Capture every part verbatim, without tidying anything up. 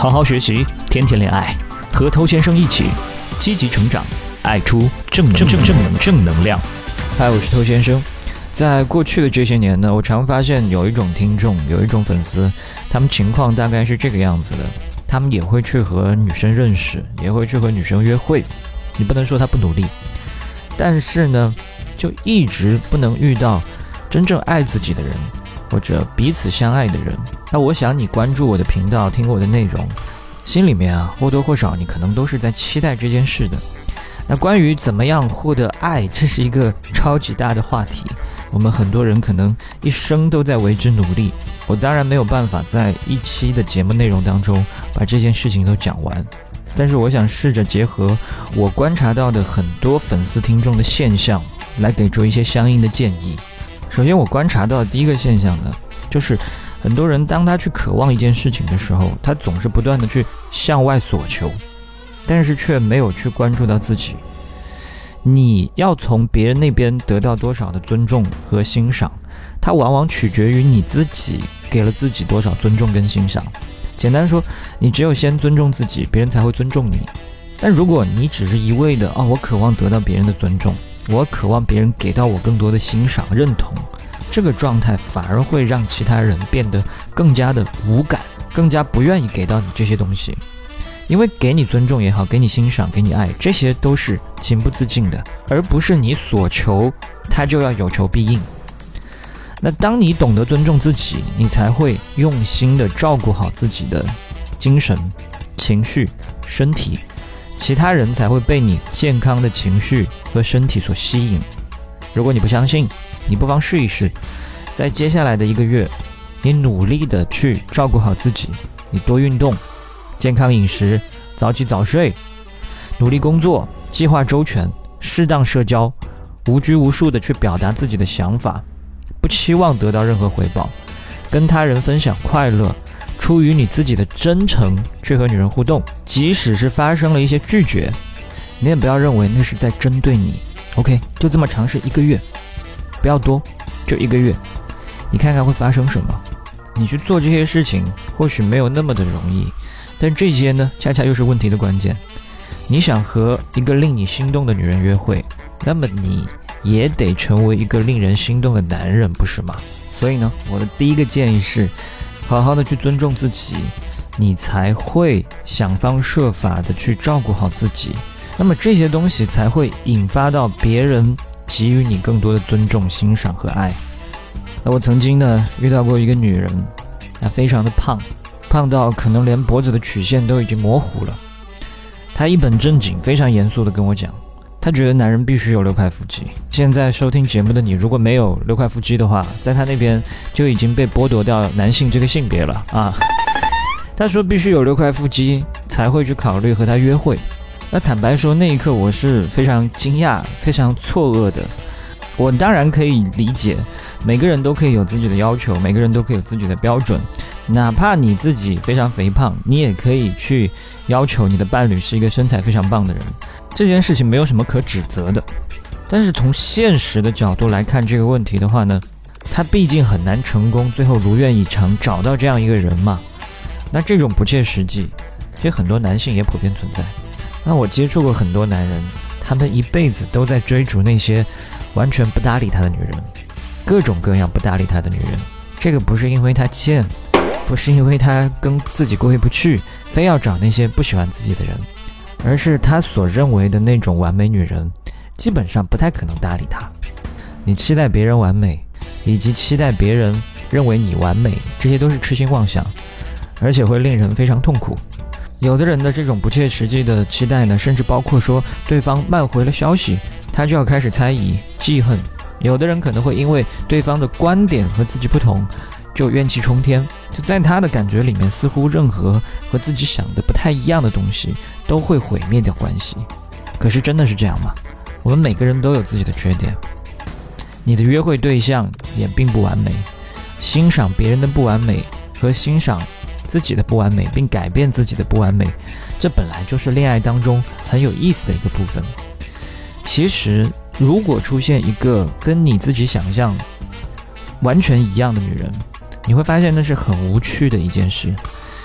好好学习，天天恋爱，和头先生一起积极成长，爱出正能正正正正能量。 嗨，我是头先生。在过去的这些年呢，我常发现有一种听众，有一种粉丝，他们情况大概是这个样子的：他们也会去和女生认识，也会去和女生约会。你不能说他不努力，但是呢，就一直不能遇到真正爱自己的人，或者彼此相爱的人。那我想你关注我的频道，听我的内容，心里面啊或多或少你可能都是在期待这件事的。那关于怎么样获得爱，这是一个超级大的话题，我们很多人可能一生都在为之努力。我当然没有办法在一期的节目内容当中把这件事情都讲完，但是我想试着结合我观察到的很多粉丝听众的现象，来给出一些相应的建议。首先我观察到的第一个现象呢，就是很多人当他去渴望一件事情的时候，他总是不断的去向外索求，但是却没有去关注到自己。你要从别人那边得到多少的尊重和欣赏，它往往取决于你自己给了自己多少尊重跟欣赏。简单说，你只有先尊重自己，别人才会尊重你。但如果你只是一味的哦，我渴望得到别人的尊重，我渴望别人给到我更多的欣赏认同，这个状态反而会让其他人变得更加的无感，更加不愿意给到你这些东西。因为给你尊重也好，给你欣赏，给你爱，这些都是情不自禁的，而不是你所求它就要有求必应。那当你懂得尊重自己，你才会用心的照顾好自己的精神、情绪、身体，其他人才会被你健康的情绪和身体所吸引。如果你不相信，你不妨试一试，在接下来的一个月，你努力的去照顾好自己，你多运动，健康饮食，早起早睡，努力工作，计划周全，适当社交，无拘无束的去表达自己的想法，不期望得到任何回报，跟他人分享快乐，出于你自己的真诚去和女人互动，即使是发生了一些拒绝，你也不要认为那是在针对你。 OK， 就这么尝试一个月，不要多，就一个月，你看看会发生什么。你去做这些事情或许没有那么的容易，但这些呢恰恰又是问题的关键。你想和一个令你心动的女人约会，那么你也得成为一个令人心动的男人，不是吗？所以呢，我的第一个建议是好好的去尊重自己，你才会想方设法的去照顾好自己，那么这些东西才会引发到别人给予你更多的尊重、欣赏和爱。那我曾经呢遇到过一个女人，她非常的胖，胖到可能连脖子的曲线都已经模糊了。她一本正经非常严肃的跟我讲，她觉得男人必须有六块腹肌。现在收听节目的你如果没有六块腹肌的话，在她那边就已经被剥夺掉男性这个性别了啊。她说必须有六块腹肌才会去考虑和她约会。那坦白说，那一刻我是非常惊讶、非常错愕的。我当然可以理解，每个人都可以有自己的要求，每个人都可以有自己的标准，哪怕你自己非常肥胖，你也可以去要求你的伴侣是一个身材非常棒的人，这件事情没有什么可指责的。但是从现实的角度来看这个问题的话呢，他毕竟很难成功，最后如愿以偿找到这样一个人嘛。那这种不切实际，其实很多男性也普遍存在。那我接触过很多男人，他们一辈子都在追逐那些完全不搭理他的女人，各种各样不搭理他的女人。这个不是因为他贱，不是因为他跟自己过意不去，非要找那些不喜欢自己的人，而是他所认为的那种完美女人基本上不太可能搭理他。你期待别人完美，以及期待别人认为你完美，这些都是痴心妄想，而且会令人非常痛苦。有的人的这种不切实际的期待呢，甚至包括说对方慢回了消息，他就要开始猜疑、记恨。有的人可能会因为对方的观点和自己不同，就怨气冲天，就在他的感觉里面，似乎任何和自己想的不太一样的东西都会毁灭掉关系。可是真的是这样吗？我们每个人都有自己的缺点，你的约会对象也并不完美，欣赏别人的不完美和欣赏自己的不完美，并改变自己的不完美，这本来就是恋爱当中很有意思的一个部分。其实如果出现一个跟你自己想象完全一样的女人，你会发现那是很无趣的一件事。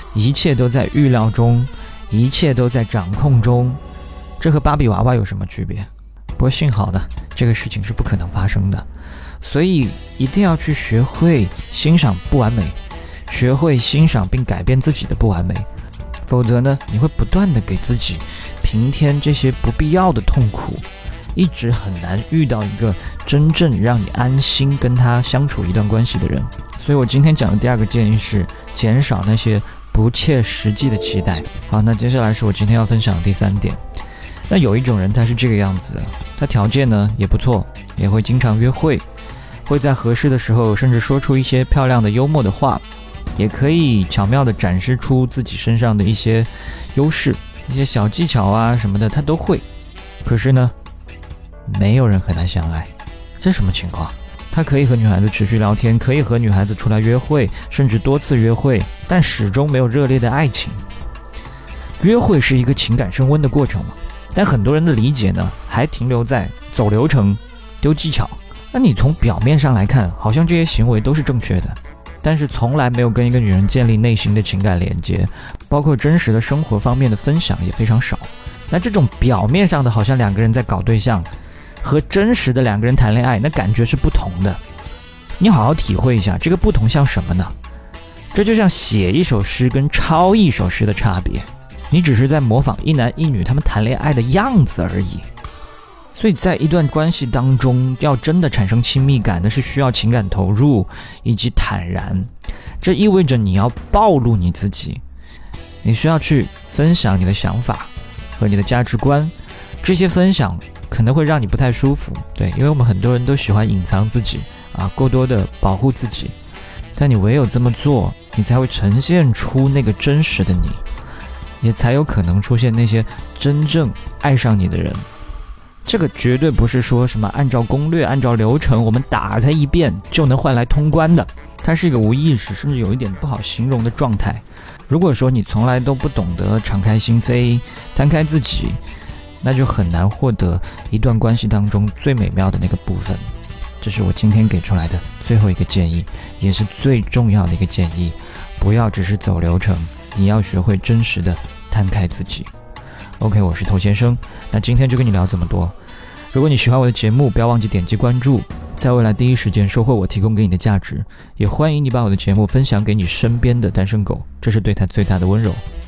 一切都在预料中，一切都在掌控中，这和芭比娃娃有什么区别？不过幸好呢，这个事情是不可能发生的，所以一定要去学会欣赏不完美，学会欣赏并改变自己的不完美，否则呢，你会不断的给自己平添这些不必要的痛苦，一直很难遇到一个真正让你安心跟他相处一段关系的人。所以我今天讲的第二个建议是减少那些不切实际的期待。好，那接下来是我今天要分享的第三点。那有一种人他是这个样子的，他条件呢也不错，也会经常约会，会在合适的时候甚至说出一些漂亮的幽默的话，也可以巧妙地展示出自己身上的一些优势，一些小技巧啊什么的他都会。可是呢，没有人和他相爱。这什么情况？他可以和女孩子持续聊天，可以和女孩子出来约会，甚至多次约会，但始终没有热烈的爱情。约会是一个情感升温的过程嘛，但很多人的理解呢，还停留在走流程、丢技巧。那你从表面上来看，好像这些行为都是正确的，但是从来没有跟一个女人建立内心的情感连接，包括真实的生活方面的分享也非常少。那这种表面上的好像两个人在搞对象，和真实的两个人谈恋爱，那感觉是不同的。你好好体会一下，这个不同像什么呢？这就像写一首诗跟抄一首诗的差别，你只是在模仿一男一女他们谈恋爱的样子而已。所以在一段关系当中，要真的产生亲密感，那是需要情感投入以及坦然。这意味着你要暴露你自己，你需要去分享你的想法和你的价值观。这些分享可能会让你不太舒服，对，因为我们很多人都喜欢隐藏自己啊，过多的保护自己。但你唯有这么做，你才会呈现出那个真实的你，也才有可能出现那些真正爱上你的人。这个绝对不是说什么按照攻略、按照流程，我们打它一遍就能换来通关的。它是一个无意识，甚至有一点不好形容的状态。如果说你从来都不懂得敞开心扉、摊开自己，那就很难获得一段关系当中最美妙的那个部分。这是我今天给出来的最后一个建议，也是最重要的一个建议。不要只是走流程，你要学会真实的摊开自己。OK， 我是头先生，那今天就跟你聊这么多。如果你喜欢我的节目，不要忘记点击关注，在未来第一时间收获我提供给你的价值。也欢迎你把我的节目分享给你身边的单身狗，这是对他最大的温柔。